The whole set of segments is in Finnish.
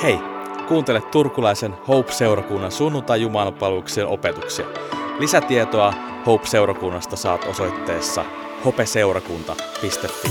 Hei, kuuntele turkulaisen Hope-seurakunnan sunnuntai-jumalanpalveluksen opetuksia. Lisätietoa Hope-seurakunnasta saat osoitteessa hopeseurakunta.fi.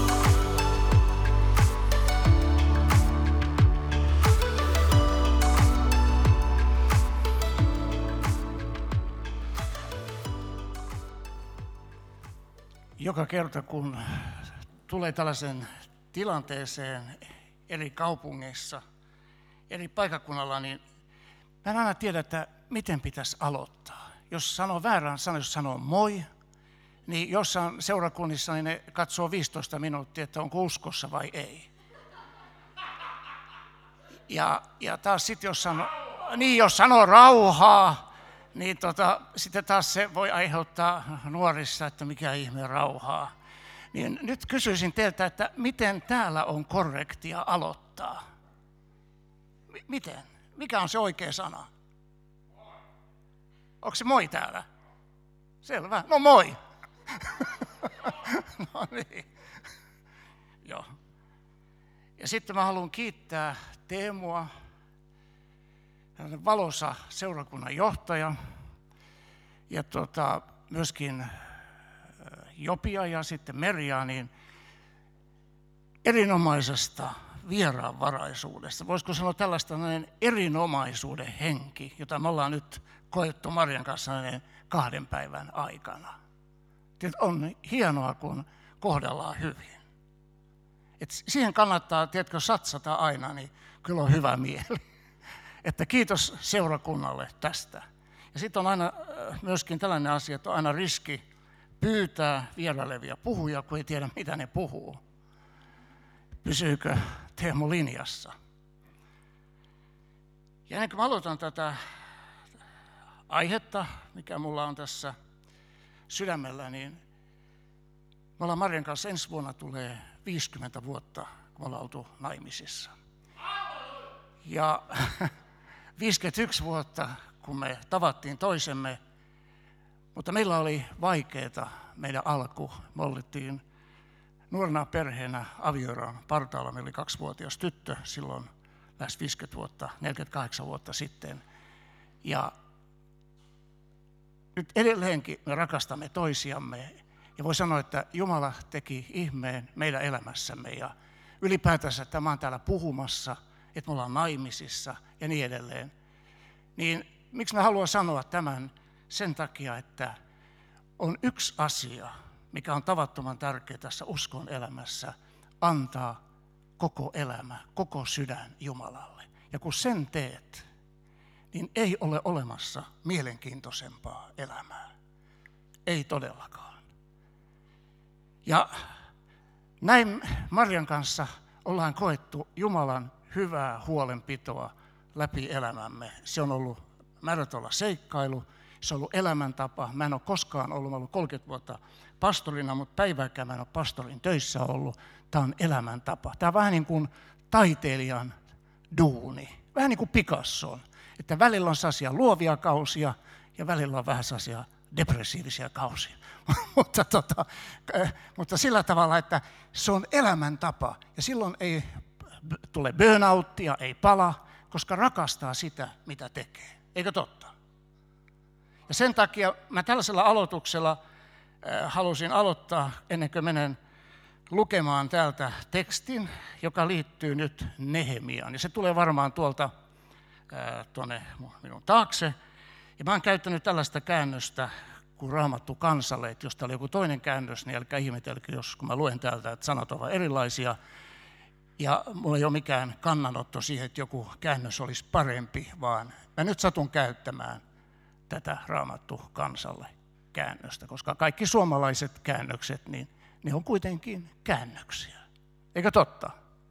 Joka kerta, kun tulee tällaisen tilanteeseen eri kaupungeissa, eri paikkakunnalla, niin mä en aina tiedä, että miten pitäisi aloittaa. Jos sanoo väärän sanan, jos sanoo moi, niin jossain seurakunnissa niin ne katsoo 15 minuuttia, että onko uskossa vai ei. Ja taas sitten, jos sanoo rauhaa, niin sitten taas se voi aiheuttaa nuorissa, että mikä ihme rauhaa. Niin nyt kysyisin teiltä, että miten täällä on korrektia aloittaa? Miten? Mikä on se oikea sana? Onko se moi täällä? Selvä. No moi. No niin. Joo. Ja sitten mä haluan kiittää Teemua, valoisa seurakunnan johtaja, ja myöskin Jopia ja sitten Merjaa, niin erinomaisesta vieraanvaraisuudesta. Voisiko sanoa tällaista erinomaisuuden henki, jota me ollaan nyt koettu Marjan kanssa 2 päivän aikana. On hienoa, kun kohdellaan hyvin. Et siihen kannattaa, satsata aina, niin kyllä on hyvä mieli. Että kiitos seurakunnalle tästä. Ja sitten on aina myöskin tällainen asia, että on aina riski pyytää vierailevia puhujia, kun ei tiedä, mitä ne puhuu. Pysyykö Teemu linjassa? Ja ennen kuin mä aloitan tätä aihetta, mikä mulla on tässä sydämellä, niin me ollaan Marjan kanssa ensi vuonna tulee 50 vuotta, kun me ollaan oltu naimisissa. Ja 51 vuotta, kun me tavattiin toisemme, mutta meillä oli vaikeaa meidän alku. Me oltiin nuorena perheenä avioeron partaalla. Meillä oli 2-vuotias tyttö silloin lähes 50 vuotta, 48 vuotta sitten. Ja nyt edelleenkin me rakastamme toisiamme. Ja voi sanoa, että Jumala teki ihmeen meidän elämässämme. Ja ylipäätänsä, että mä oon täällä puhumassa, että me ollaan naimisissa ja niin edelleen. Niin miksi mä haluan sanoa tämän? Sen takia, että on yksi asia, mikä on tavattoman tärkeä tässä uskon elämässä, antaa koko elämä, koko sydän Jumalalle. Ja kun sen teet, niin ei ole olemassa mielenkiintoisempaa elämää. Ei todellakaan. Ja näin Marjan kanssa ollaan koettu Jumalan hyvää huolenpitoa läpi elämämme. Se on ollut määrätolla seikkailu, se on ollut elämäntapa. Mä en ole koskaan ollut 30 vuotta pastorina, mutta päivääkään mä en ole pastorin töissä ollut. Tämä on elämäntapa. Tämä on vähän niin kuin taiteilijan duuni, vähän niin kuin Picasson. Että välillä on sellaisia luovia kausia ja välillä on vähän sellaisia depressiivisia kausia. mutta sillä tavalla, että se on elämäntapa ja silloin ei tule burnouttia, ei pala, koska rakastaa sitä, mitä tekee. Eikö totta? Ja sen takia mä tällaisella aloituksella halusin aloittaa, ennen kuin menen lukemaan täältä tekstin, joka liittyy nyt Nehemiaan. Ja se tulee varmaan tuolta tuonne minun taakse. Ja mä oon käyttänyt tällaista käännöstä kuin Raamattu kansalle, että jos täällä on joku toinen käännös, niin älkää ihmetelkö, jos kun mä luen täältä, että sanat ovat erilaisia. Ja mulla ei ole mikään kannanotto siihen, että joku käännös olisi parempi, vaan mä nyt satun käyttämään tätä Raamattu kansalle käännöstä, koska kaikki suomalaiset käännökset, niin ne on kuitenkin käännöksiä. Eikö totta?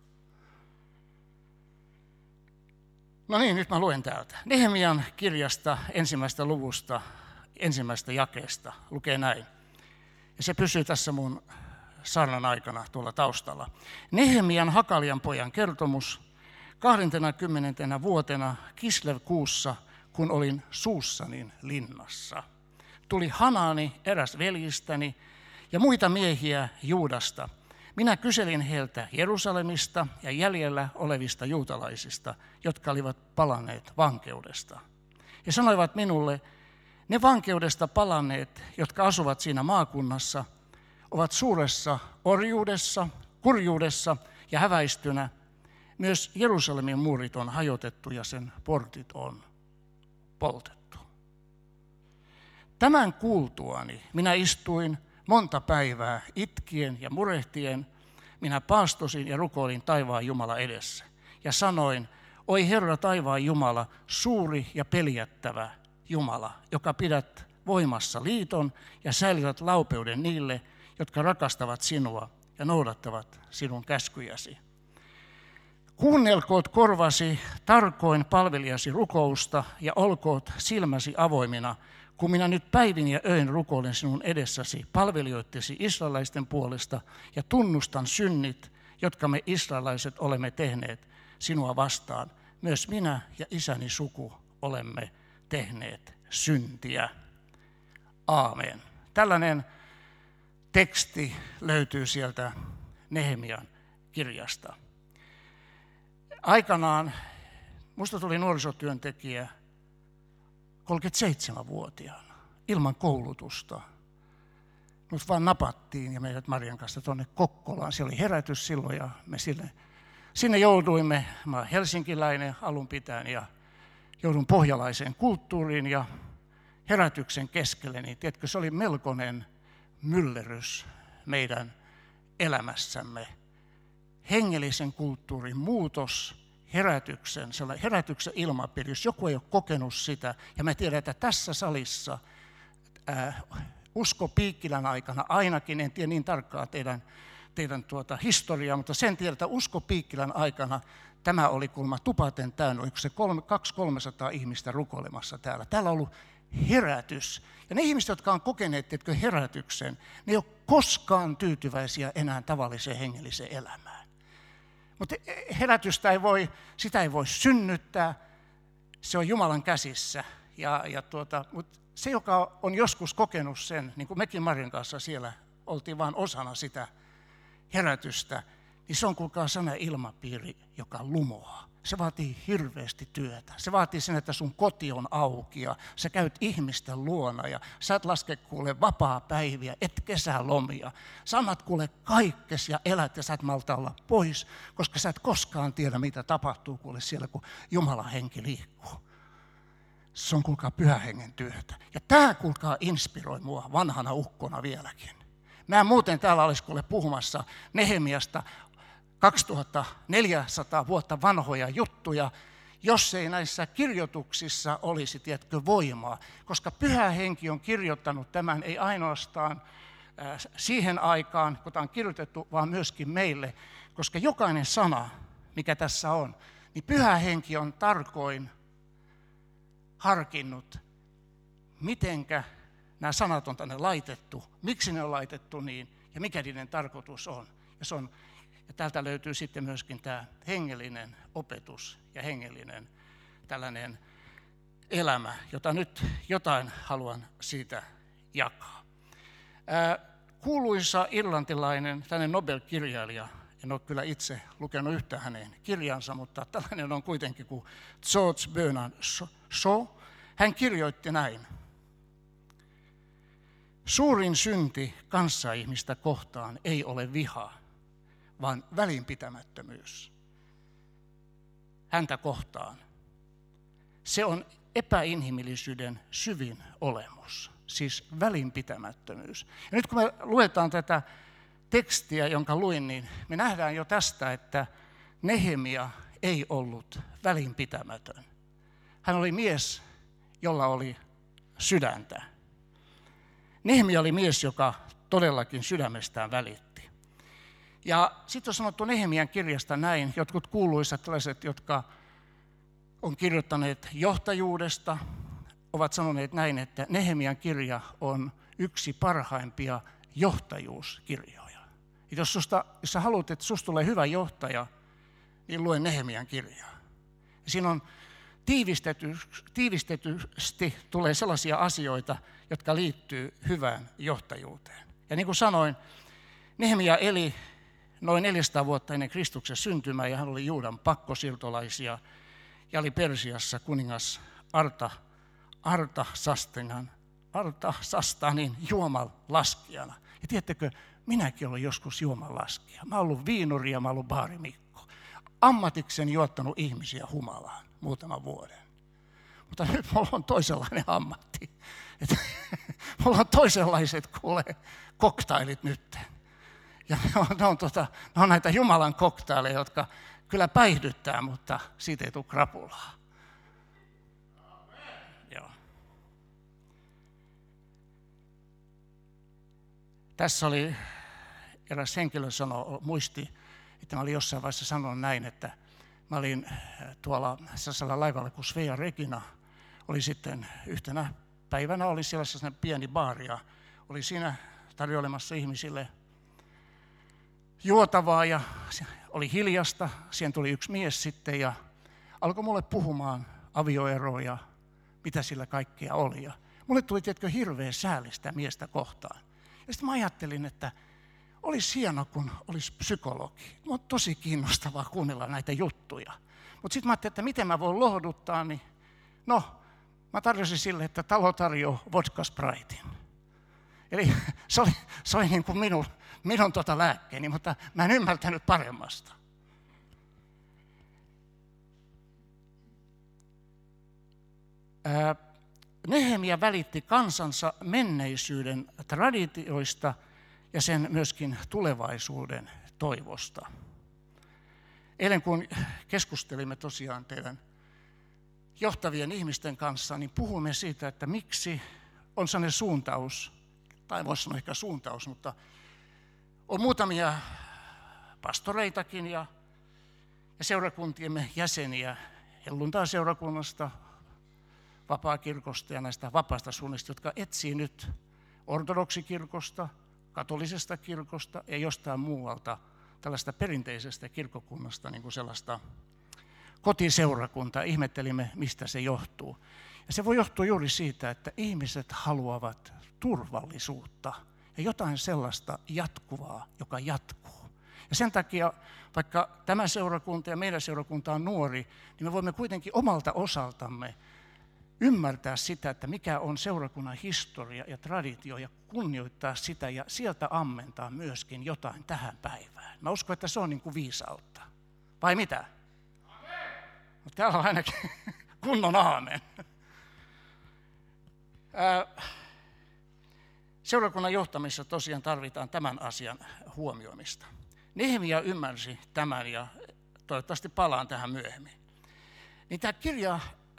No niin, nyt mä luen täältä. Nehemian kirjasta 1. luvusta, 1. jakeesta lukee näin. Ja se pysyy tässä mun saarnan aikana tuolla taustalla. Nehemian Hakalian pojan kertomus 20. vuotena Kislev-kuussa, kun olin Suussanin linnassa. Tuli Hanani, eräs veljistäni, ja muita miehiä Juudasta. Minä kyselin heiltä Jerusalemista ja jäljellä olevista juutalaisista, jotka olivat palanneet vankeudesta. He sanoivat minulle, ne vankeudesta palanneet, jotka asuvat siinä maakunnassa, ovat suuressa orjuudessa, kurjuudessa ja häväistynä. Myös Jerusalemin muurit on hajotettu ja sen portit on poltettu. Tämän kuultuani minä istuin monta päivää itkien ja murehtien. Minä paastosin ja rukoilin taivaan Jumala edessä. Ja sanoin, oi Herra taivaan Jumala, suuri ja peljättävä Jumala, joka pidät voimassa liiton ja säilytät laupeuden niille, jotka rakastavat sinua ja noudattavat sinun käskyjäsi. Kuunnelkoot korvasi tarkoin palvelijasi rukousta ja olkoot silmäsi avoimina, kun minä nyt päivin ja öin rukoilen sinun edessäsi palvelijoittesi israelaisten puolesta ja tunnustan synnit, jotka me israelaiset olemme tehneet sinua vastaan. Myös minä ja isäni suku olemme tehneet syntiä. Aamen. Tällainen teksti löytyy sieltä Nehemian kirjasta. Aikanaan musta tuli nuorisotyöntekijä 37-vuotiaana ilman koulutusta. Mut vaan napattiin ja meidät Marian kanssa tuonne Kokkolaan. Siellä oli herätys silloin ja me sinne jouduimme. Mä olen helsinkiläinen alun pitäen ja joudun pohjalaiseen kulttuuriin ja herätyksen keskelle. Niin tiedätkö, se oli melkoinen myllerrys meidän elämässämme. Hengellisen kulttuurin muutos, herätyksen ilmapiiri, jos joku ei ole kokenut sitä, ja me tiedetään, että tässä salissa Usko Piikkilän aikana ainakin, en tiedä niin tarkkaan teidän historiaa, mutta sen tiedän, että Usko Piikkilän aikana tämä oli kuulemma tupaten täynnä, oliko se 200-300 ihmistä rukoilemassa täällä. Täällä on ollut herätys. Ja ne ihmiset, jotka on kokeneet herätyksen, ne ei ole koskaan tyytyväisiä enää tavalliseen hengelliseen elämään. Mutta herätystä sitä ei voi synnyttää, se on Jumalan käsissä. Mutta se, joka on joskus kokenut sen, niin kuin mekin Marjan kanssa siellä oltiin vain osana sitä herätystä, niin se on kuulkaa sellainen ilmapiiri, joka lumoaa. Se vaatii hirveästi työtä. Se vaatii sen, että sun koti on auki ja sä käyt ihmisten luona ja sä et laske kuule vapaapäiviä, et kesälomia. Sä annat kuule kaikkes ja elät ja sä et malta olla pois, koska sä et koskaan tiedä, mitä tapahtuu kuule siellä, kun Jumalan henki liikkuu. Se on kuulkaa pyhän hengen työtä. Ja tää kuulkaa inspiroi mua vanhana ukkona vieläkin. Mä muuten täällä olisi kuule puhumassa Nehemiasta 2400 vuotta vanhoja juttuja, jos ei näissä kirjoituksissa olisi, tiedätkö, voimaa. Koska Pyhä Henki on kirjoittanut tämän ei ainoastaan siihen aikaan, kun tämä on kirjoitettu, vaan myöskin meille. Koska jokainen sana, mikä tässä on, niin Pyhä Henki on tarkoin harkinnut, mitenkä nämä sanat on tänne laitettu, miksi ne on laitettu niin ja mikä niiden tarkoitus on. Ja täältä löytyy sitten myöskin tämä hengellinen opetus ja hengellinen tällainen elämä, jota nyt jotain haluan siitä jakaa. Kuuluisa irlantilainen, tällainen Nobel-kirjailija, en ole kyllä itse lukenut yhtään hänen kirjansa, mutta tällainen on kuitenkin kuin George Bernard Shaw. Hän kirjoitti näin. Suurin synti kanssaihmistä kohtaan ei ole viha, vaan välinpitämättömyys häntä kohtaan. Se on epäinhimillisyyden syvin olemus, siis välinpitämättömyys. Ja nyt kun me luetaan tätä tekstiä, jonka luin, niin me nähdään jo tästä, että Nehemia ei ollut välinpitämätön. Hän oli mies, jolla oli sydäntä. Nehemia oli mies, joka todellakin sydämestään välitti. Ja sitten on sanottu Nehemian kirjasta näin, jotkut kuuluisat tällaiset, jotka on kirjoittaneet johtajuudesta, ovat sanoneet näin, että Nehemian kirja on yksi parhaimpia johtajuuskirjoja. Jos sä haluat, että susta tulee hyvä johtaja, niin lue Nehemian kirjaa. Siinä on tiivistetysti tulee sellaisia asioita, jotka liittyy hyvään johtajuuteen. Ja niin kuin sanoin, Nehemia eli noin 400 vuotta ennen Kristuksen syntymää, ja hän oli Juudan pakkosiirtolaisia, ja oli Persiassa kuningas Artasastanin juomanlaskijana. Ja tiedättekö, minäkin olen joskus juomanlaskija. Mä oon ollut viinuri ja mä oon ollut baarimikko. Ammatikseni juottanut ihmisiä humalaan muutaman vuoden. Mutta nyt mulla on toisenlainen ammatti. Mulla on toisenlaiset koktailit nyt. Ja ne on näitä Jumalan koktaileja, jotka kyllä päihdyttää, mutta siitä ei tule krapulaa. Joo. Tässä oli eräs henkilö muisti, että mä olin jossain vaiheessa sanonut näin, että mä olin tuolla sellaisella laivalla kuin Svea Regina. Oli sitten yhtenä päivänä oli siellä sellainen pieni baari ja oli siinä tarjoilemassa ihmisille juotavaa ja oli hiljasta. Siihen tuli yksi mies sitten ja alkoi mulle puhumaan avioeroa ja mitä sillä kaikkea oli. Ja mulle tuli hirveä sääli sitä miestä kohtaan. Ja sitten mä ajattelin, että olisi hienoa, kun olisi psykologi. On tosi kiinnostavaa kuunnella näitä juttuja. Mutta sitten mä ajattelin, että miten mä voin lohduttaa, niin mä tarjosin sille, että talo tarjoaa vodka Spritein. Eli se oli niin kuin minun lääkkeeni, mutta mä en ymmärtänyt paremmasta. Nehemia välitti kansansa menneisyyden traditioista ja sen myöskin tulevaisuuden toivosta. Eilen kun keskustelimme tosiaan teidän johtavien ihmisten kanssa, niin puhumme siitä, että miksi on sellainen suuntaus, tai voisi sanoa ehkä suuntaus, mutta on muutamia pastoreitakin ja seurakuntiemme jäseniä helluntai-seurakunnasta, vapaakirkosta ja näistä vapaasta suunnista, jotka etsii nyt ortodoksikirkosta, katolisesta kirkosta ja jostain muualta tällaista perinteisestä kirkkokunnasta niin kuin sellaista kotiseurakuntaa. Ihmettelimme, mistä se johtuu. Ja se voi johtua juuri siitä, että ihmiset haluavat turvallisuutta ja jotain sellaista jatkuvaa, joka jatkuu. Ja sen takia, vaikka tämä seurakunta ja meidän seurakunta on nuori, niin me voimme kuitenkin omalta osaltamme ymmärtää sitä, että mikä on seurakunnan historia ja traditio ja kunnioittaa sitä ja sieltä ammentaa myöskin jotain tähän päivään. Mä uskon, että se on niin kuin viisautta. Vai mitä? No, täällä on ainakin kunnon aamen. Seurakunnan johtamisessa tosiaan tarvitaan tämän asian huomioimista. Nehemia ymmärsi tämän ja toivottavasti palaan tähän myöhemmin. Niin tämä kirja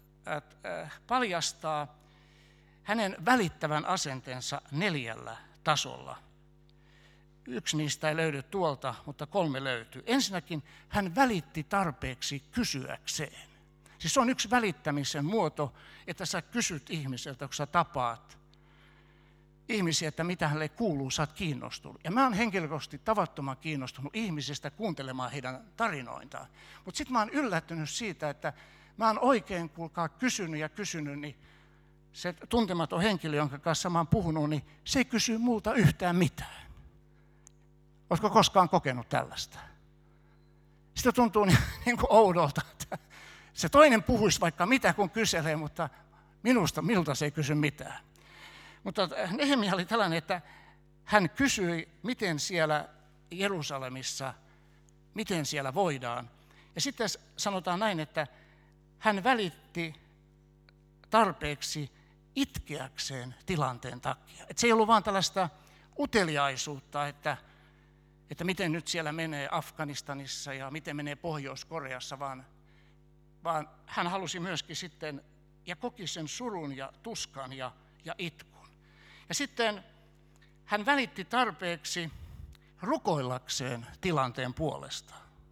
paljastaa hänen välittävän asenteensa 4 tasolla. Yksi niistä ei löydy tuolta, mutta 3 löytyy. Ensinnäkin hän välitti tarpeeksi kysyäkseen. Siis se on yksi välittämisen muoto, että sä kysyt ihmiseltä, kun sä tapaat ihmisiä, että mitä hänelle kuuluu, sä oot kiinnostunut. Ja mä oon henkilökohtaisesti tavattoman kiinnostunut ihmisistä kuuntelemaan heidän tarinointaan. Mutta sitten mä oon yllättynyt siitä, että mä oon oikein, kuulkaa, kysynyt, niin se tuntematon henkilö, jonka kanssa mä oon puhunut, niin se ei kysy multa yhtään mitään. Oletko koskaan kokenut tällaista? Sitä tuntuu niin kuin oudolta, että se toinen puhuisi vaikka mitä, kun kyselee, mutta minulta se ei kysy mitään. Mutta Nehemia oli tällainen, että hän kysyi, miten siellä Jerusalemissa, miten siellä voidaan. Ja sitten sanotaan näin, että hän välitti tarpeeksi itkeäkseen tilanteen takia. Että se ei ollut vaan tällaista uteliaisuutta, että miten nyt siellä menee Afganistanissa ja miten menee Pohjois-Koreassa, vaan hän halusi myöskin sitten ja koki sen surun ja tuskan ja itkun. Ja sitten hän välitti tarpeeksi rukoillakseen tilanteen puolesta.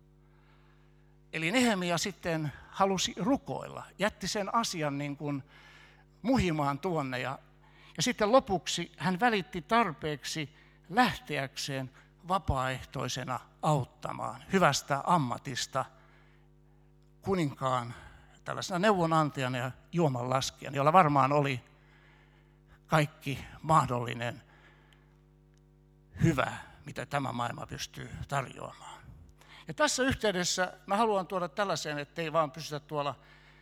Eli Nehemia sitten halusi rukoilla, jätti sen asian niin kuin muhimaan tuonne ja sitten lopuksi hän välitti tarpeeksi lähteäkseen vapaaehtoisena auttamaan hyvästä ammatista kuninkaan tällaisena neuvonantajana ja juomanlaskijana, jolla varmaan oli kaikki mahdollinen hyvä mitä tämä maailma pystyy tarjoamaan. Ja tässä yhteydessä mä haluan tuoda tällaisen, ettei vaan pysytä tuolla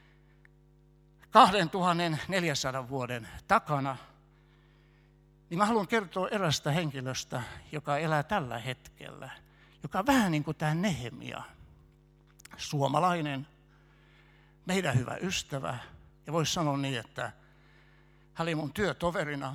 2400 vuoden takana, niin mä haluan kertoa erästä henkilöstä, joka elää tällä hetkellä, joka on vähän niin kuin tämä Nehemia, suomalainen, meidän hyvä ystävä, ja voisi sanoa niin, että hän oli mun työtoverina,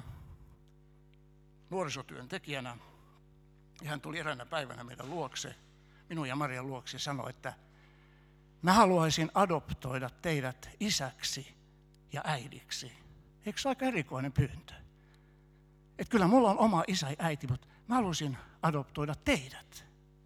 nuorisotyöntekijänä, ja hän tuli eräänä päivänä meidän luokse, minun ja Marian luokse, ja sanoi, että mä haluaisin adoptoida teidät isäksi ja äidiksi. Eikö se ole aika erikoinen pyyntö? Että kyllä mulla on oma isä ja äiti, mutta mä haluaisin adoptoida teidät.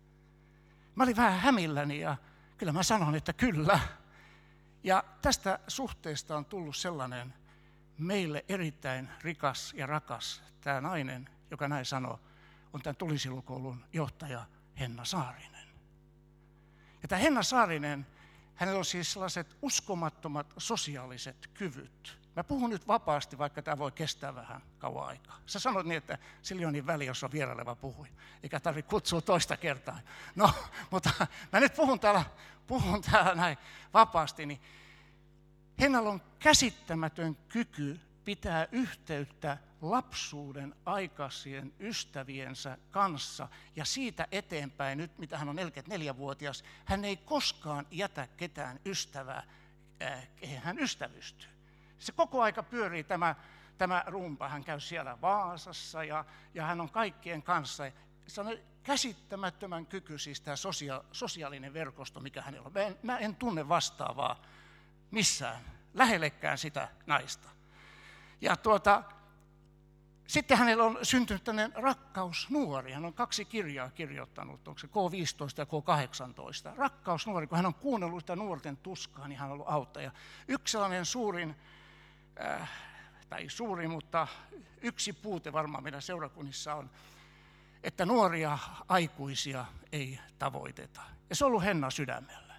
Mä olin vähän hämilläni ja kyllä mä sanon, että kyllä. Ja tästä suhteesta on tullut sellainen meille erittäin rikas ja rakas. Tämä nainen, joka näin sanoo, on tämän tulisilukoulun johtaja Henna Saarinen. Ja tämä Henna Saarinen, hänellä on siis sellaiset uskomattomat sosiaaliset kyvyt. Mä puhun nyt vapaasti, vaikka tämä voi kestää vähän kauan aikaa. Sä sanot niin, että sillä on niin väliä, jos on vieraileva puhuja, eikä tarvitse kutsua toista kertaa. No, mutta mä nyt puhun täällä näin vapaasti, niin Hennalla on käsittämätön kyky pitää yhteyttä lapsuuden aikaisien ystäviensä kanssa. Ja siitä eteenpäin, nyt mitä hän on 44-vuotias, hän ei koskaan jätä ketään ystävää, hän ystävystyy. Se koko aika pyörii tämä rumpa. Hän käy siellä Vaasassa ja hän on kaikkien kanssa. Se on käsittämättömän kyky, siis tämä sosiaalinen verkosto, mikä hänellä on. Mä en tunne vastaavaa missään, lähellekään sitä naista. Ja sitten hänellä on syntynyt tämmöinen rakkausnuori. Hän on 2 kirjaa kirjoittanut, onko se K15 ja K18. Rakkausnuori, kun hän on kuunnellut sitä nuorten tuskaa, niin hän on ollut auttaja. Yksi sellainen mutta yksi puute varmaan meidän seurakunnissa on, että nuoria aikuisia ei tavoiteta. Ja se on ollut Henna sydämellä.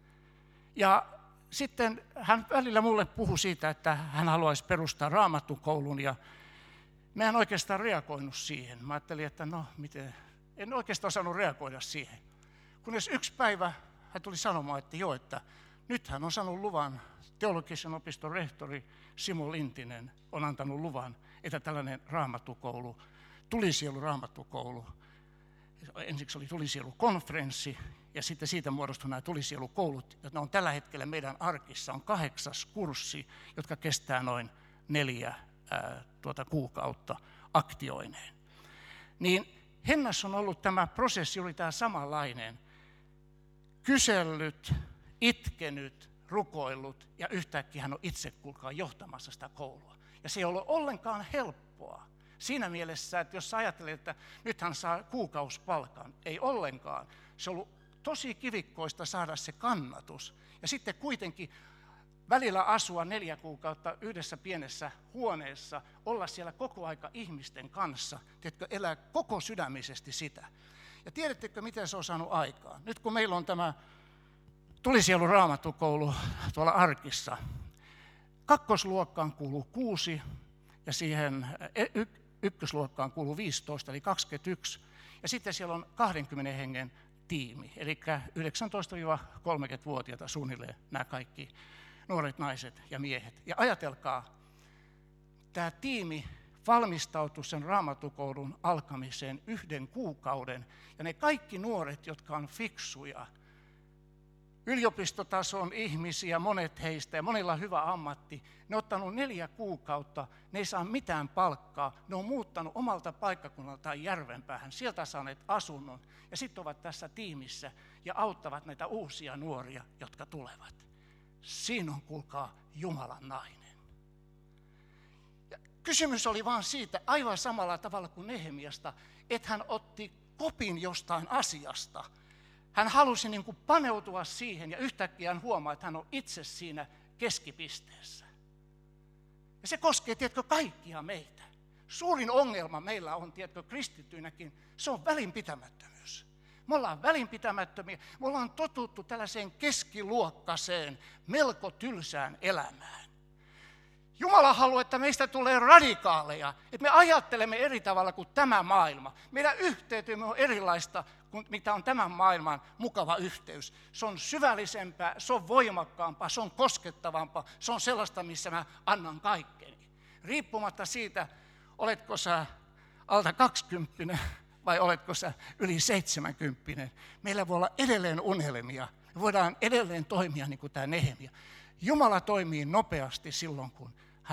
Ja sitten hän välillä mulle puhui siitä, että hän haluaisi perustaa raamattukoulun ja mä en oikeastaan reagoinut siihen. Mä ajattelin, että en oikeastaan osannut reagoida siihen. Kunnes yksi päivä hän tuli sanomaan, että joo, että nyt hän on saanut luvan, teologisen opiston rehtori Simo Lintinen on antanut luvan, että tällainen raamattukoulu, tulisielu-raamattukoulu, ensiksi oli tulisielukonferenssi ja sitten siitä muodostui nämä tulisielukoulut, jotka on tällä hetkellä meidän arkissa, on 8. kurssi, jotka kestää noin 4 kuukautta aktioineen. Niin Hennassa on ollut tämä prosessi, oli tämä samanlainen, kysellyt, itkenyt, rukoillut ja yhtäkkiä hän on itse johtamassa sitä koulua. Ja se ei ollut ollenkaan helppoa. Siinä mielessä, että jos ajattelee, että nyt hän saa kuukausipalkan, ei ollenkaan. Se on ollut tosi kivikkoista saada se kannatus. Ja sitten kuitenkin välillä asua 4 kuukautta yhdessä pienessä huoneessa, olla siellä koko aika ihmisten kanssa, tiedätkö, elää koko sydämisesti sitä. Ja tiedättekö, miten se on saanut aikaan? Nyt kun meillä on tämä tulisielu-raamattukoulu tuolla arkissa, 2. luokkaan kuuluu 6 ja siihen ykkösluokkaan kuuluu 15, eli 21. Ja sitten siellä on 20 hengen tiimi, eli 19-30-vuotiaita suunnilleen nämä kaikki nuoret naiset ja miehet. Ja ajatelkaa, tämä tiimi valmistautui sen raamattukoulun alkamiseen 1 kuukauden. Ja ne kaikki nuoret, jotka on fiksuja, yliopistotason ihmisiä, monet heistä ja monilla on hyvä ammatti, ne on ottanut 4 kuukautta, ne ei saa mitään palkkaa, ne on muuttanut omalta paikkakunnaltaan järvenpäähän, sieltä saaneet asunnon ja sitten ovat tässä tiimissä ja auttavat näitä uusia nuoria, jotka tulevat. Siinä on, kuulkaa, Jumalan nainen. Ja kysymys oli vaan siitä, aivan samalla tavalla kuin Nehemiasta, että hän otti kopin jostain asiasta. Hän halusi niin kuin paneutua siihen ja yhtäkkiä hän huomaa, että hän on itse siinä keskipisteessä. Ja se koskee, tiedätkö, kaikkia meitä. Suurin ongelma meillä on, tiedätkö, kristittyinäkin, se on välinpitämättömyys. Me ollaan välinpitämättömiä, me ollaan totuttu tällaiseen keskiluokkaiseen, melko tylsään elämään. Jumala haluaa, että meistä tulee radikaaleja, että me ajattelemme eri tavalla kuin tämä maailma. Meidän yhteytemme on erilaista kuin mitä on tämän maailman mukava yhteys. Se on syvällisempää, se on voimakkaampaa, se on koskettavampaa, se on sellaista, missä mä annan kaikkeni. Riippumatta siitä, oletko sä alta 20 vai oletko sä yli 70. Meillä voi olla edelleen unelmia. Me voidaan edelleen toimia niin kuin tämä Nehemia. Jumala toimii nopeasti silloin, kun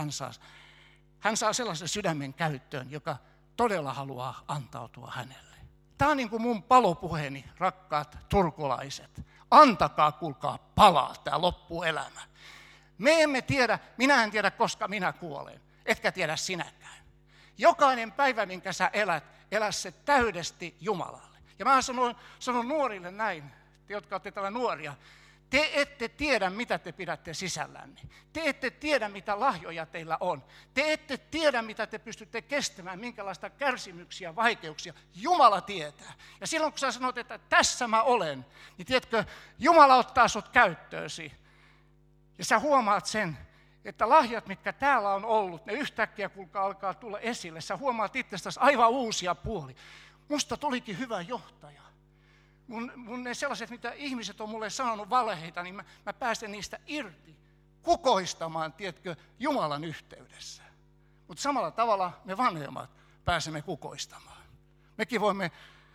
hän saa sellaisen sydämen käyttöön, joka todella haluaa antautua hänelle. Tämä on niin kuin mun palopuheeni, rakkaat turkulaiset. Antakaa, kuulkaa, palaa tämä loppuelämä. Me emme tiedä, minä en tiedä, koska minä kuolen, etkä tiedä sinäkään. Jokainen päivä, minkä sä elät, elä se täydesti Jumalalle. Ja mä sanon nuorille näin, te jotka olette täällä nuoria, te ette tiedä, mitä te pidätte sisällänne. Te ette tiedä, mitä lahjoja teillä on. Te ette tiedä, mitä te pystytte kestämään, minkälaista kärsimyksiä, vaikeuksia. Jumala tietää. Ja silloin, kun sä sanot, että tässä mä olen, niin tiedätkö, Jumala ottaa sut käyttöösi. Ja sä huomaat sen, että lahjat, mitkä täällä on ollut, ne yhtäkkiä kuulkaa alkaa tulla esille. Sä huomaat itsestäsi aivan uusia puolia. Musta tulikin hyvä johtaja. Mun ne sellaiset, mitä ihmiset on mulle sanonut valheita, niin mä pääsen niistä irti kukoistamaan, tiedätkö, Jumalan yhteydessä. Mutta samalla tavalla me vanhemmat pääsemme kukoistamaan. Mekin voimme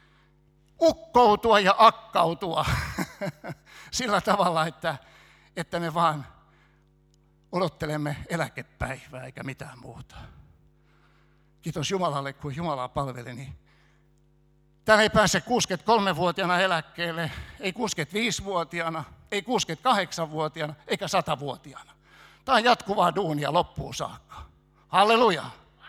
ukkoutua ja akkautua sillä tavalla, että me vaan odottelemme eläkepäivää eikä mitään muuta. Kiitos Jumalalle, kun Jumalaa palveli, niin täällä ei pääse 63-vuotiaana eläkkeelle, ei 65-vuotiaana, ei 68-vuotiaana, eikä 100-vuotiaana. Tämä on jatkuvaa duunia loppuun saakka. Halleluja!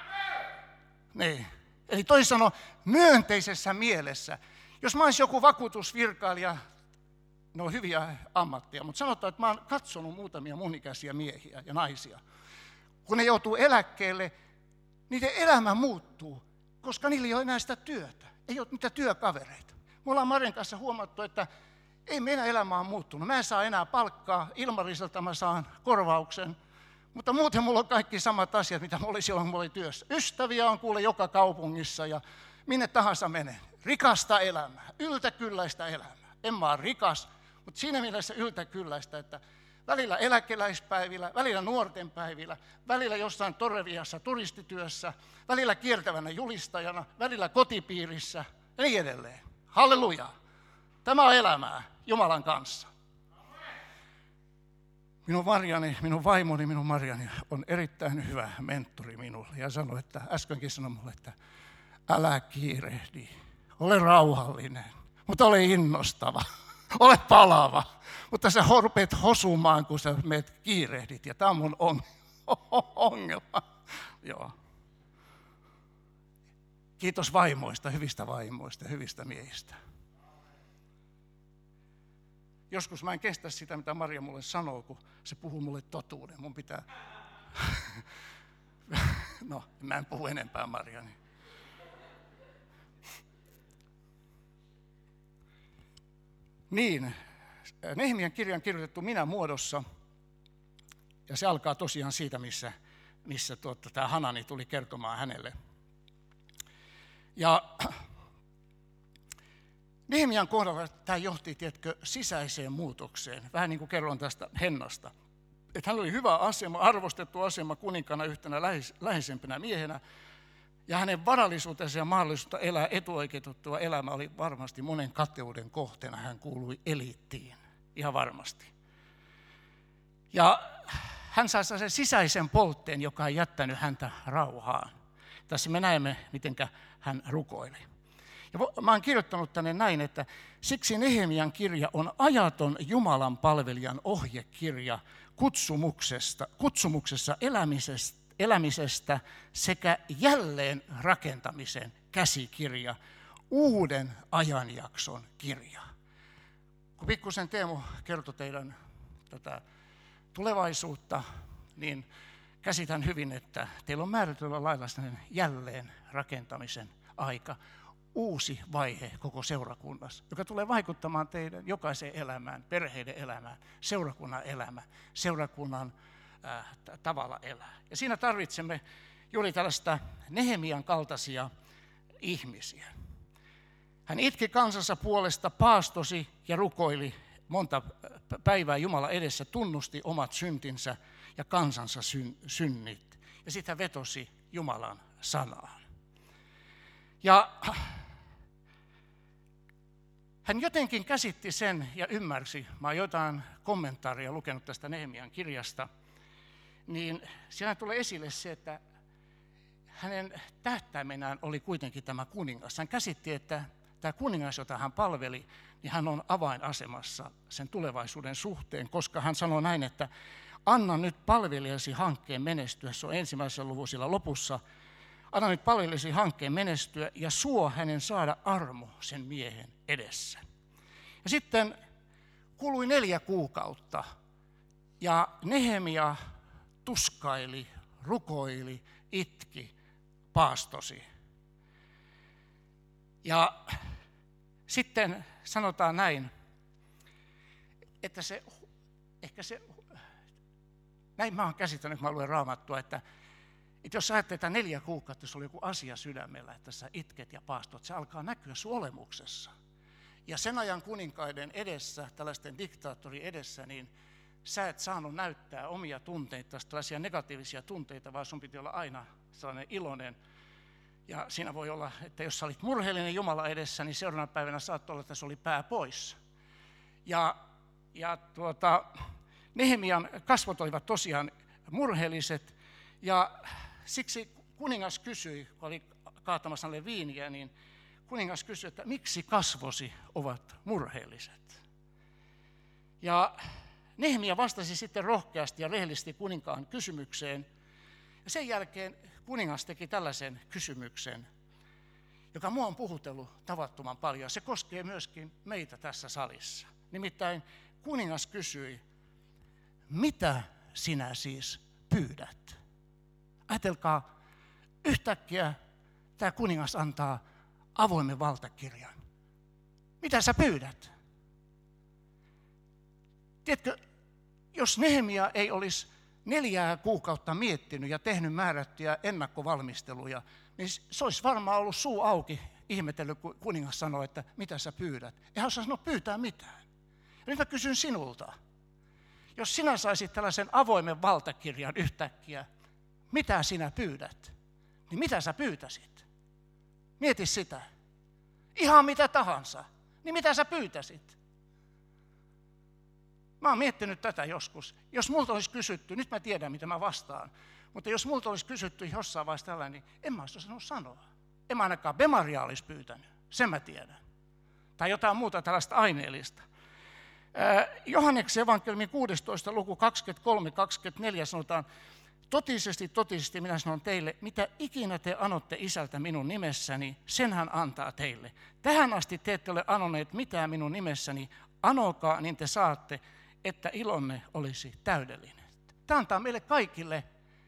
Niin. Eli toisin sanoen myönteisessä mielessä. Jos mä olisin joku vakuutusvirkailija, ne on hyviä ammatteja, mutta sanotaan, että mä oon katsonut muutamia mun ikäisiä miehiä ja naisia. Kun ne joutuu eläkkeelle, niiden elämä muuttuu, koska niillä ei ole enää sitä työtä. Ei ole mitään työkavereita. Me ollaan Marjan kanssa huomattu, että ei meidän elämä ole muuttunut. Mä en saa enää palkkaa, Ilmariselta mä saan korvauksen. Mutta muuten mulla on kaikki samat asiat, mitä mulla oli silloin, kun mulla oli työssä. Ystäviä on kuule joka kaupungissa ja minne tahansa menen. Rikasta elämää, yltäkylläistä elämää. En mä ole rikas, mutta siinä mielessä yltäkylläistä, että välillä eläkeläispäivillä, välillä nuorten päivillä, välillä jossain Torreviassa turistityössä, välillä kiertävänä julistajana, välillä kotipiirissä ja niin edelleen. Halleluja! Tämä on elämää Jumalan kanssa. Minun vaimoni, minun Marjani on erittäin hyvä mentori minulle ja sanoi, että äskenkin sanoi mulle, että älä kiirehdi, ole rauhallinen, mutta ole innostava, ole palava. Mutta sä rupeat hosumaan, kun sä meet kiirehdit, ja tämä on mun ongelma. Joo. Kiitos vaimoista, hyvistä miehistä. Joskus mä en kestä sitä, mitä Maria mulle sanoo, kun se puhuu mulle totuuden. Mun pitää... No, mä en puhu enempää, Mariani. Niin, Nehemian kirja on kirjoitettu minä-muodossa, ja se alkaa tosiaan siitä, missä tämä Hanani tuli kertomaan hänelle. Ja Nehemian kohdalla tämä johti, tiedätkö, sisäiseen muutokseen, vähän niin kuin kerron tästä Hennasta. Että hän oli hyvä asema, arvostettu asema kuninkana yhtenä läheisempänä miehenä, ja hänen varallisuutensa ja mahdollisuutta elää etuoikeutettua elämää oli varmasti monen kateuden kohteena. Hän kuului eliittiin, ihan varmasti. Ja hän sai sen sisäisen poltteen, joka ei jättänyt häntä rauhaan. Tässä me näemme, miten hän rukoili. Ja mä oon kirjoittanut tänne näin, että siksi Nehemian kirja on ajaton Jumalan palvelijan ohjekirja kutsumuksessa elämisestä sekä jälleen rakentamisen käsikirja, uuden ajanjakson kirja. Kun pikkusen Teemu kertoi teidän tätä tulevaisuutta, niin käsitän hyvin, että teillä on määrätyllä lailla sellainen jälleen rakentamisen aika, uusi vaihe koko seurakunnassa, joka tulee vaikuttamaan teidän jokaisen elämään, perheiden elämään, seurakunnan elämään, seurakunnan tavalla elää. Ja siinä tarvitsemme juuri tällaista Nehemian kaltaisia ihmisiä. Hän itki kansansa puolesta, paastosi ja rukoili monta päivää Jumala edessä, tunnusti omat syntinsä ja kansansa synnit. Ja sitten hän vetosi Jumalan sanaan. Ja hän jotenkin käsitti sen ja ymmärsi, mä oon jotain kommentaaria lukenut tästä Nehemian kirjasta, niin siellä tulee esille se, että hänen tähtäimenään oli kuitenkin tämä kuningas. Hän käsitti, että tämä kuningas, jota hän palveli, niin hän on avainasemassa sen tulevaisuuden suhteen, koska hän sanoi näin, että anna nyt palvelijasi hankkeen menestyä, se on ensimmäisessä luvun siellä lopussa, anna nyt palvelijasi hankkeen menestyä ja suo hänen saada armo sen miehen edessä. Ja sitten kului 4 kuukautta ja Nehemia tuskaili, rukoili, itki, paastosi. Ja sitten sanotaan näin, että näin mä oon käsittänyt, kun mä luen Raamattua, että jos sä ajattelet, että 4 kuukautta, jos oli joku asia sydämellä, että sä itket ja paastot, se alkaa näkyä sun olemuksessa. Ja sen ajan kuninkaiden edessä, tällaisten diktaattorien edessä, niin sä et saanut näyttää omia tunteita, tällaisia negatiivisia tunteita, vaan sun piti olla aina sellainen iloinen. Ja siinä voi olla, että jos sä olit murheellinen Jumala edessä, niin seuraavana päivänä saattoi olla, että se oli pää pois. Ja Nehemian kasvot olivat tosiaan murheelliset, ja siksi kuningas kysyi, kun oli kaatamassa hänelle viiniä, niin kuningas kysyi, että miksi kasvosi ovat murheelliset? Ja Nehemia vastasi sitten rohkeasti ja rehellisesti kuninkaan kysymykseen. Ja sen jälkeen kuningas teki tällaisen kysymyksen, joka mua on puhutellut tavattoman paljon. Se koskee myöskin meitä tässä salissa. Nimittäin kuningas kysyi, mitä sinä siis pyydät? Ajatelkaa, yhtäkkiä tämä kuningas antaa avoimen valtakirjan. Mitä sä pyydät? Tiedätkö, jos Nehemia ei olisi 4 kuukautta miettinyt ja tehnyt määrättyjä ennakkovalmisteluja, niin se olisi varmaan ollut suu auki ihmetellyt, kun kuningas sanoi, että mitä sä pyydät. Eihän osaa sanoa pyytää mitään. Ja nyt mä kysyn sinulta, jos sinä saisit tällaisen avoimen valtakirjan yhtäkkiä, mitä sinä pyydät, niin mitä sä pyytäisit? Mieti sitä. Ihan mitä tahansa, niin mitä sä pyytäisit? Mä oon miettinyt tätä joskus. Jos multa olisi kysytty, nyt mä tiedän mitä mä vastaan, mutta jos multa olisi kysytty jossain vaiheessa tällainen, niin en mä olisi osannut sanoa. En mä ainakaan bemaria olisi pyytänyt, sen mä tiedän. Tai jotain muuta tällaista aineellista. Johanneksen evankeliumin 16. luku 23-24 sanotaan, totisesti minä sanon teille, mitä ikinä te anotte isältä minun nimessäni, sen hän antaa teille. Tähän asti te ette ole anoneet mitään minun nimessäni, anokaa niin te saatte, että ilonne olisi täydellinen. Tämä antaa meille kaikille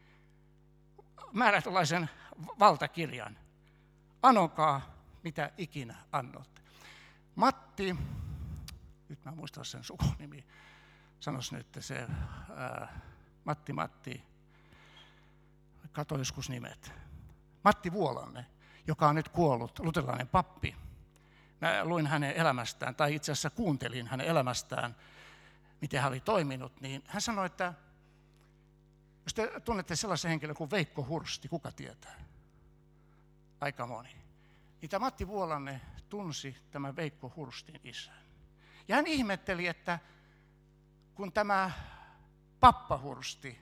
määrätynlaisen valtakirjan. Anokaa mitä ikinä annotte. Matti, nyt mä muistan sen sukunimi, sanois nyt se Matti, katso joskus nimet. Matti Vuolanne, joka on nyt kuollut, luterilainen pappi. Mä luin hänen elämästään, tai itse asiassa kuuntelin hänen elämästään, miten hän oli toiminut, niin hän sanoi, että jos te tunnette sellaisen henkilön kuin Veikko Hursti, kuka tietää? Aika moni. Niin tämä Matti Vuolanne tunsi tämän Veikko Hurstin isän. Ja hän ihmetteli, että kun tämä pappa Hursti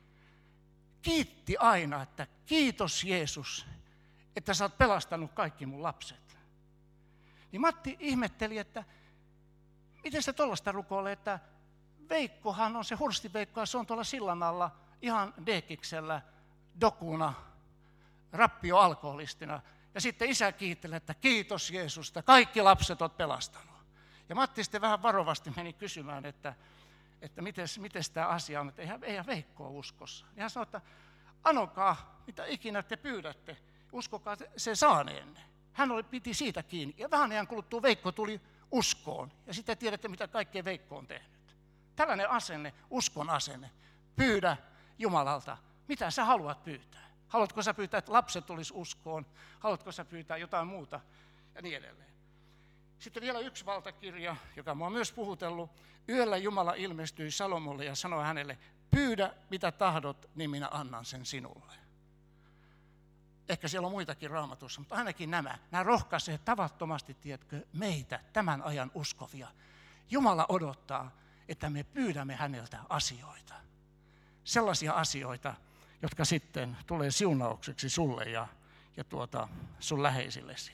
kiitti aina, että kiitos Jeesus, että sä oot pelastanut kaikki mun lapset. Niin Matti ihmetteli, että miten se tuollaista rukoilee, että Veikkohan on se Hursti Veikko, se on tuolla sillan alla ihan deekiksellä, dokuna, rappioalkoholistina. Ja sitten isä kiittelee, että kiitos Jeesus, että kaikki lapset oot pelastanut. Ja Matti sitten vähän varovasti meni kysymään, että miten tämä asia on, että eihän Veikko ole uskossa. Ja hän sanoi, että anokaa mitä ikinä te pyydätte, uskokaa se saaneenne. Hän piti siitä kiinni. Ja vähän ajan kuluttua Veikko tuli uskoon. Ja sitten tiedätte, mitä kaikkea Veikko on tehnyt. Tällainen asenne, uskon asenne. Pyydä Jumalalta, mitä sä haluat pyytää. Haluatko sä pyytää, että lapset tulisi uskoon? Haluatko sä pyytää jotain muuta? Ja niin edelleen. Sitten vielä yksi valtakirja, joka minua on myös puhutellut. Yöllä Jumala ilmestyi Salomolle ja sanoi hänelle, pyydä mitä tahdot, niin minä annan sen sinulle. Ehkä siellä on muitakin Raamatussa, mutta ainakin nämä rohkaisee tavattomasti, tiedätkö, meitä tämän ajan uskovia. Jumala odottaa, että me pyydämme häneltä asioita. Sellaisia asioita, jotka sitten tulee siunaukseksi sulle ja sun läheisillesi.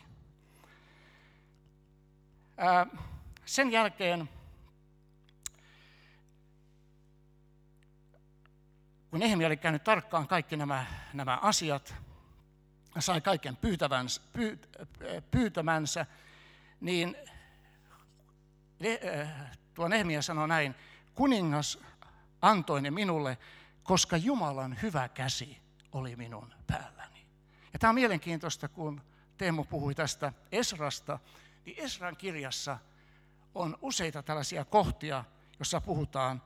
Sen jälkeen, kun Nehemia oli käynyt tarkkaan kaikki nämä asiat, sai kaiken pyytämänsä, niin tuo Nehemia sanoi näin, kuningas antoi ne minulle, koska Jumalan hyvä käsi oli minun päälläni. Ja tämä on mielenkiintoista, kun Teemu puhui tästä Esrasta, niin Esran kirjassa on useita tällaisia kohtia, jossa puhutaan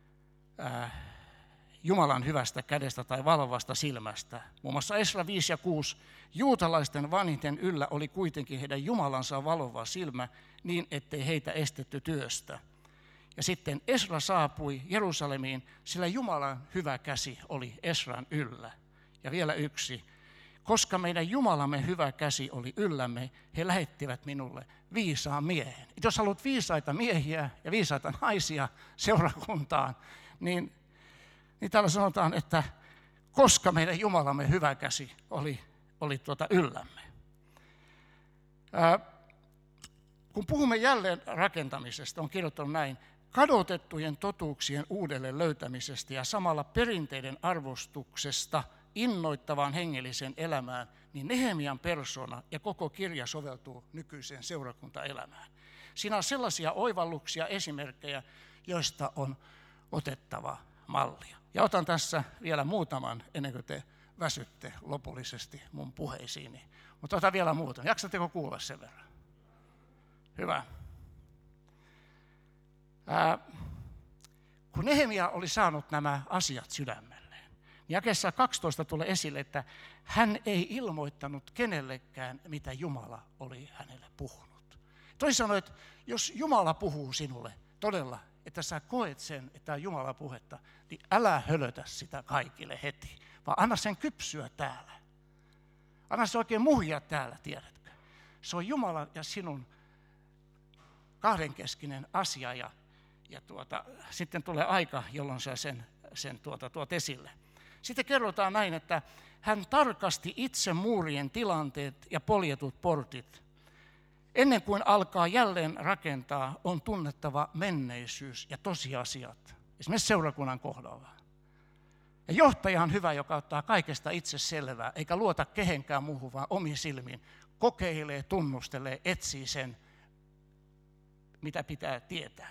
Jumalan hyvästä kädestä tai valvovasta silmästä. Muun muassa Esra 5 ja 6. Juutalaisten vanhinten yllä oli kuitenkin heidän Jumalansa valvova silmä niin, ettei heitä estetty työstä. Ja sitten Esra saapui Jerusalemiin, sillä Jumalan hyvä käsi oli Esran yllä. Ja vielä yksi. Koska meidän Jumalamme hyvä käsi oli yllämme, he lähettivät minulle viisaan miehen. Jos haluat viisaita miehiä ja viisaita naisia seurakuntaan, niin täällä sanotaan, että koska meidän Jumalamme hyvä käsi oli yllämme. Kun puhumme jälleen rakentamisesta, on kirjoittanut näin, kadotettujen totuuksien uudelleen löytämisestä ja samalla perinteiden arvostuksesta innoittavaan hengelliseen elämään, niin Nehemian persona ja koko kirja soveltuu nykyiseen seurakuntaelämään. Siinä on sellaisia oivalluksia, esimerkkejä, joista on otettava mallia. Ja otan tässä vielä muutaman, ennen kuin te väsytte lopullisesti mun puheisiini. Mutta otan vielä muutaman. Jaksatteko kuulla sen verran? Hyvä. Kun Nehemia oli saanut nämä asiat sydämelleen, niin jakeessa 12 tulee esille, että hän ei ilmoittanut kenellekään, mitä Jumala oli hänelle puhunut. Toisin sanoen, että jos Jumala puhuu sinulle todella, että sä koet sen, että on Jumalan puhetta, niin älä hölötä sitä kaikille heti, vaan anna sen kypsyä täällä. Anna se oikein muhia täällä, tiedätkö. Se on Jumala ja sinun kahdenkeskinen asia ja sitten tulee aika, jolloin sä sen tuot esille. Sitten kerrotaan näin, että hän tarkasti itse muurien tilanteet ja poljetut portit. Ennen kuin alkaa jälleen rakentaa, on tunnettava menneisyys ja tosiasiat, esimerkiksi seurakunnan kohdalla. Ja johtaja on hyvä, joka ottaa kaikesta itse selvää, eikä luota kehenkään muuhun, vaan omiin silmiin. Kokeilee, tunnustelee, etsii sen, mitä pitää tietää.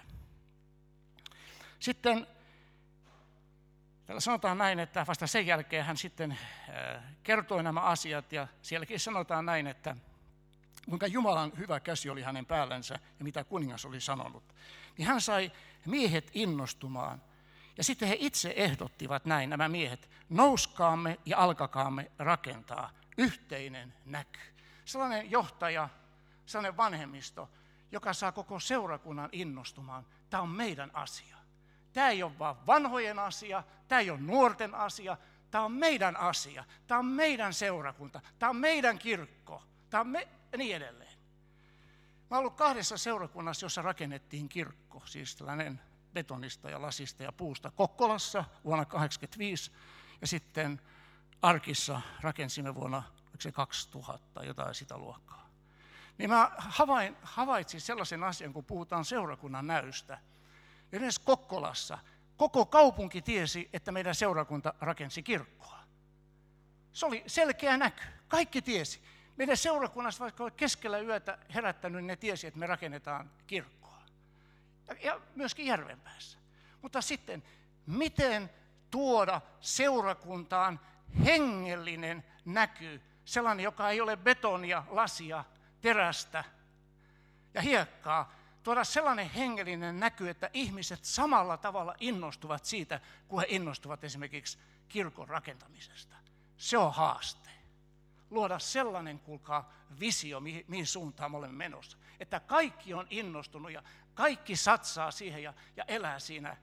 Sitten täällä sanotaan näin, että vasta sen jälkeen hän sitten kertoi nämä asiat, ja sielläkin sanotaan näin, että kuinka Jumalan hyvä käsi oli hänen päällänsä ja mitä kuningas oli sanonut. Niin hän sai miehet innostumaan. Ja sitten he itse ehdottivat näin, nämä miehet, nouskaamme ja alkakaamme rakentaa yhteinen näky. Sellainen johtaja, sellainen vanhemmisto, joka saa koko seurakunnan innostumaan. Tämä on meidän asia. Tämä ei ole vaan vanhojen asia, tämä ei ole nuorten asia, tämä on meidän asia. Tämä on meidän seurakunta, tämä on meidän kirkko, tämä on niin edelleen. Mä olen ollut 2 seurakunnassa, jossa rakennettiin kirkko, siis tällainen betonista ja lasista ja puusta Kokkolassa vuonna 1985 ja sitten Arkissa rakensimme vuonna 2000, jotain sitä luokkaa. Niin mä havaitsin sellaisen asian, kun puhutaan seurakunnan näystä. Edes Kokkolassa koko kaupunki tiesi, että meidän seurakunta rakensi kirkkoa. Se oli selkeä näky. Kaikki tiesi. Meidän seurakunnassa, vaikka oli keskellä yötä herättänyt, niin ne tiesi, että me rakennetaan kirkkoa. Ja myöskin Järvenpäässä. Mutta sitten, miten tuoda seurakuntaan hengellinen näky, sellainen, joka ei ole betonia, lasia, terästä ja hiekkaa. tuoda sellainen hengellinen näky, että ihmiset samalla tavalla innostuvat siitä, kun he innostuvat esimerkiksi kirkon rakentamisesta. Se on haaste. Luoda sellainen, kuulkaa, visio, mihin suuntaan me olemme menossa. Että kaikki on innostunut ja kaikki satsaa siihen ja elää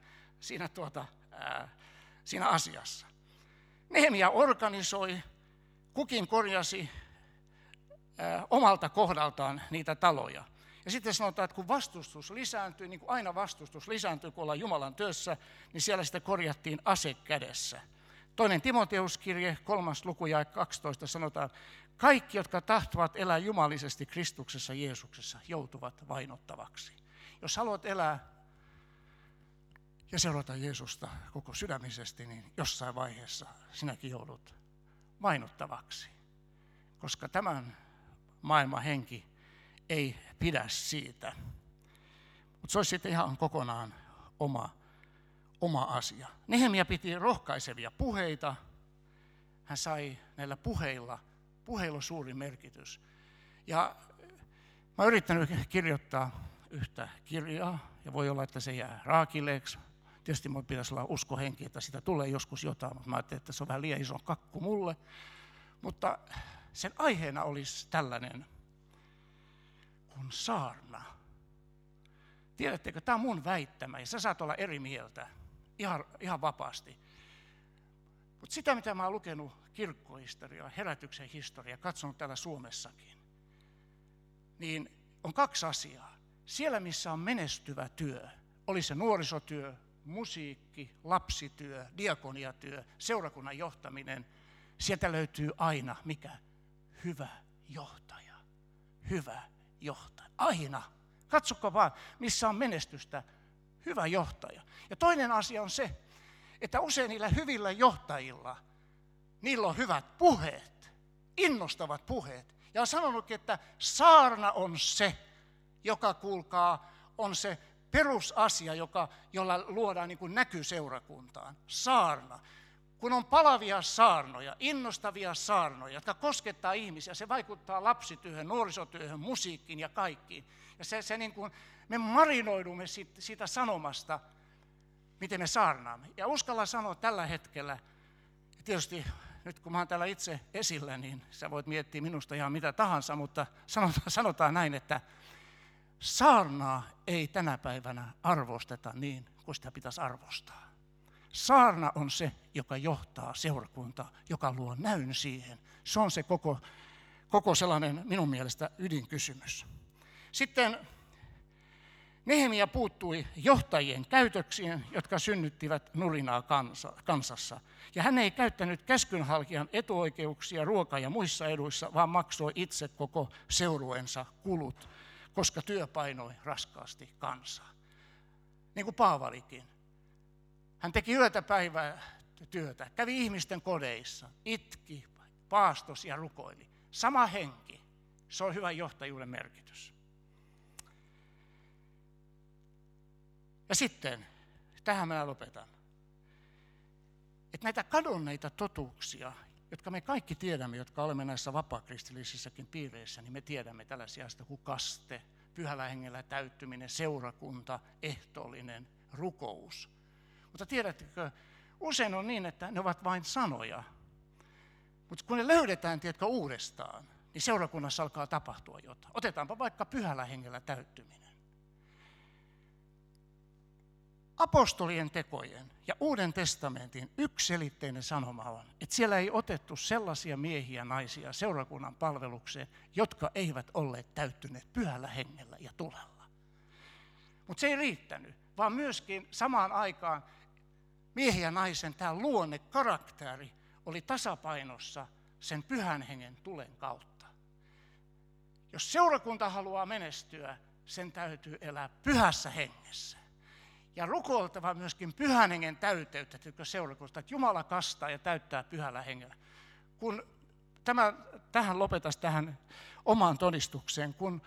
siinä asiassa. Nehemia organisoi, kukin korjasi omalta kohdaltaan niitä taloja. Ja sitten sanotaan, että kun vastustus lisääntyy, niin kuin aina vastustus lisääntyy, kun ollaan Jumalan työssä, niin siellä sitä korjattiin ase kädessä. 2. Timoteuskirje, 3. luku ja 12 sanotaan, kaikki, jotka tahtovat elää jumalisesti Kristuksessa Jeesuksessa, joutuvat vainottavaksi. Jos haluat elää ja seurata Jeesusta koko sydämisesti, niin jossain vaiheessa sinäkin joudut vainottavaksi. Koska tämän maailman henki ei pidä siitä. Mutta se olisi sitten ihan kokonaan oma asia. Nehemia piti rohkaisevia puheita. Hän sai näillä puheilla suuri merkitys. Ja mä oon yrittänyt kirjoittaa yhtä kirjaa, ja voi olla, että se jää raakileeksi. Tietysti minulla pitäisi olla uskohenki, että sitä tulee joskus jotain, mutta mä ajattelin, että se on vähän liian iso kakku mulle. Mutta sen aiheena olisi tällainen kuin saarna. Tiedättekö, tämä on mun väittämä, ja sä saat olla eri mieltä ihan vapaasti. Mutta sitä, mitä mä oon lukenut kirkkohistoriaa, herätyksen historiaa, katsonut täällä Suomessakin, niin on 2 asiaa. Siellä, missä on menestyvä työ, oli se nuorisotyö, musiikki, lapsityö, diakoniatyö, seurakunnan johtaminen, sieltä löytyy aina mikä? Hyvä johtaja. Hyvä johtaja. Aina. Katsokko vaan, missä on menestystä, hyvä johtaja. Ja toinen asia on se, että usein niillä hyvillä johtajilla, niillä on hyvät puheet, innostavat puheet. Ja on sanonut, että saarna on se, joka kuulkaa, on se perusasia, jolla luodaan niin kuin näky seurakuntaan. Saarna. Kun on palavia saarnoja, innostavia saarnoja, jotka koskettaa ihmisiä, se vaikuttaa lapsityöhön, nuorisotyöhön, musiikkiin ja kaikkiin. Ja se niin kuin, me marinoidumme siitä sanomasta, miten me saarnaamme. Ja uskalla sanoa tällä hetkellä, tietysti nyt kun mä oon täällä itse esillä, niin sä voit miettiä minusta ihan mitä tahansa, mutta sanotaan näin, että saarnaa ei tänä päivänä arvosteta niin kuin sitä pitäisi arvostaa. Saarna on se, joka johtaa seurakuntaa, joka luo näyn siihen. Se on se koko sellainen minun mielestä ydinkysymys. Sitten Nehemia puuttui johtajien käytöksiin, jotka synnyttivät nurinaa kansassa. Ja hän ei käyttänyt käskynhaltijan etuoikeuksia ruoka- ja muissa eduissa, vaan maksoi itse koko seurueensa kulut, koska työ painoi raskaasti kansaa. Niin kuin Paavalikin. Hän teki yötä päivää työtä, kävi ihmisten kodeissa, itki, paastosi ja rukoili. Sama henki, se on hyvän johtajuuden merkitys. Ja sitten, tähän minä lopetan, että näitä kadonneita totuuksia, jotka me kaikki tiedämme, jotka olemme näissä vapaakristillisissäkin piireissä, niin me tiedämme tällaisia asioita kuin kaste, pyhällä hengellä täyttyminen, seurakunta, ehtoollinen, rukous. Mutta tiedättekö, usein on niin, että ne ovat vain sanoja. Mutta kun ne löydetään, tiedätkö, uudestaan, niin seurakunnassa alkaa tapahtua jotain. Otetaanpa vaikka pyhällä hengellä täyttyminen. Apostolien tekojen ja Uuden testamentin yksiselitteinen sanoma on, että siellä ei otettu sellaisia miehiä ja naisia seurakunnan palvelukseen, jotka eivät olleet täyttyneet pyhällä hengellä ja tulella. Mutta se ei riittänyt, vaan myöskin samaan aikaan miehen ja naisen tämä luonne, karakteri oli tasapainossa sen pyhän hengen tulen kautta. Jos seurakunta haluaa menestyä, sen täytyy elää pyhässä hengessä. Ja rukoiltava myöskin pyhän hengen täyteyttä seurakunnasta, että Jumala kastaa ja täyttää pyhällä hengellä. Kun tähän lopetas tähän omaan todistukseen, kun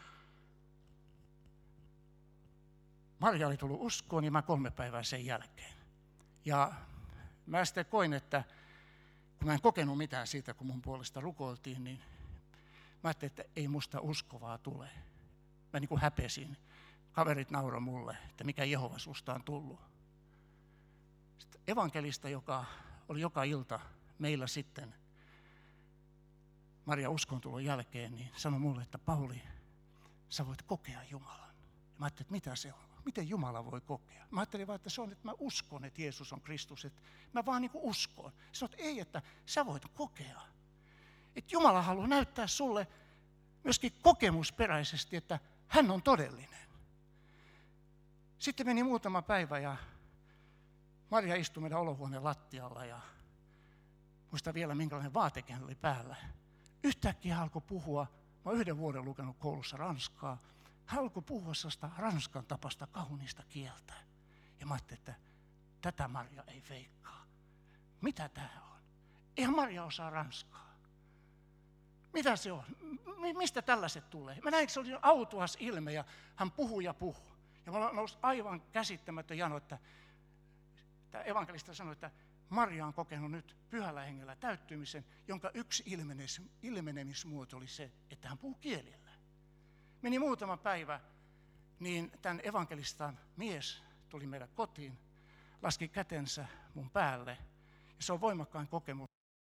Marja oli tullut uskoon, niin mä 3 päivää sen jälkeen. Ja mä sitten koin, että kun mä en kokenut mitään siitä, kun mun puolesta rukoiltiin, niin mä ajattelin, että ei musta uskovaa tule. Mä niin kuin häpesin kaverit nauroi mulle, että mikä Jehova susta on tullut. Sitten evankelista, joka oli joka ilta meillä sitten Maria uskontulon jälkeen, niin sanoi mulle, että Pauli, sä voit kokea Jumalan. Ja mä ajattelin, että mitä se on? Miten Jumala voi kokea? Mä ajattelin vaan, että se on, että mä uskon, että Jeesus on Kristus. Että mä vaan niin kuin uskon. Sanoin, että ei, että sä voit kokea. Että Jumala haluaa näyttää sulle myöskin kokemusperäisesti, että hän on todellinen. Sitten meni muutama päivä ja Maria istui meidän olohuoneen lattialla ja muistan vielä minkälainen vaatekin oli päällä. Yhtäkkiä hän alkoi puhua, mä olen 1 vuoden lukenut koulussa ranskaa, hän alkoi puhua sellaista ranskan tapasta kauniista kieltä. Ja mä ajattelin, että tätä Maria ei feikkaa. Mitä tämä on? Eihän Maria osaa ranskaa. Mitä se on? Mistä tällaiset tulee? Mä näin, että se oli autuas ilme ja hän puhui ja puhui. Ja mulla nousi aivan käsittämätön jano, että tämä evankelista sanoi, että Maria on kokenut nyt pyhällä hengellä täyttymisen, jonka yksi ilmenemismuoto oli se, että hän puhuu kielillä. Meni muutama päivä, niin tämän evankelistan mies tuli meidän kotiin, laski kätensä mun päälle. Ja se on voimakkain kokemus.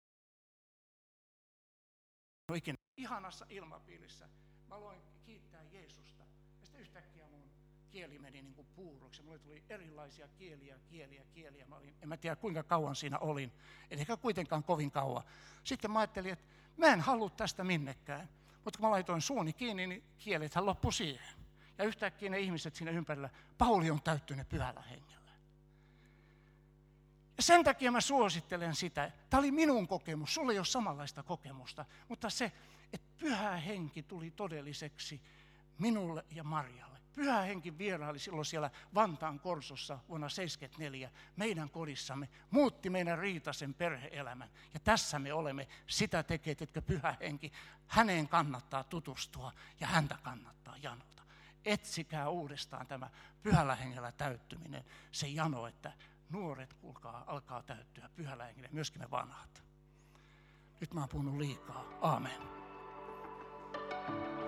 Ikinä ihanassa ilmapiirissä. Mä aloin kiittää Jeesusta. Ja sitten yhtäkkiä mun kieli meni niin kuin puuroksi. Mulle tuli erilaisia kieliä. En mä tiedä kuinka kauan siinä olin. En ehkä kuitenkaan kovin kauan. Sitten mä ajattelin, että mä en halua tästä minnekään. Mutta kun mä laitoin suuni kiinni, niin kielethän loppui siihen. Ja yhtäkkiä ne ihmiset siinä ympärillä, Pauli on täyttynyt pyhällä hengellä. Ja sen takia mä suosittelen sitä. Tämä oli minun kokemus, sulla ei ole samanlaista kokemusta. Mutta se, että pyhä henki tuli todelliseksi minulle ja Marjalle. Pyhä henki vieraili silloin siellä Vantaan Korsossa vuonna 1974 meidän kodissamme, muutti meidän riitaisen perhe-elämän. Ja tässä me olemme, sitä tekee, että pyhä henki, häneen kannattaa tutustua ja häntä kannattaa janota. Etsikää uudestaan tämä pyhällä hengellä täyttyminen, se jano, että nuoret, kuulkaa, alkaa täyttyä pyhällä hengellä, myöskin me vanhat. Nyt mä oon puhunut liikaa. Aamen.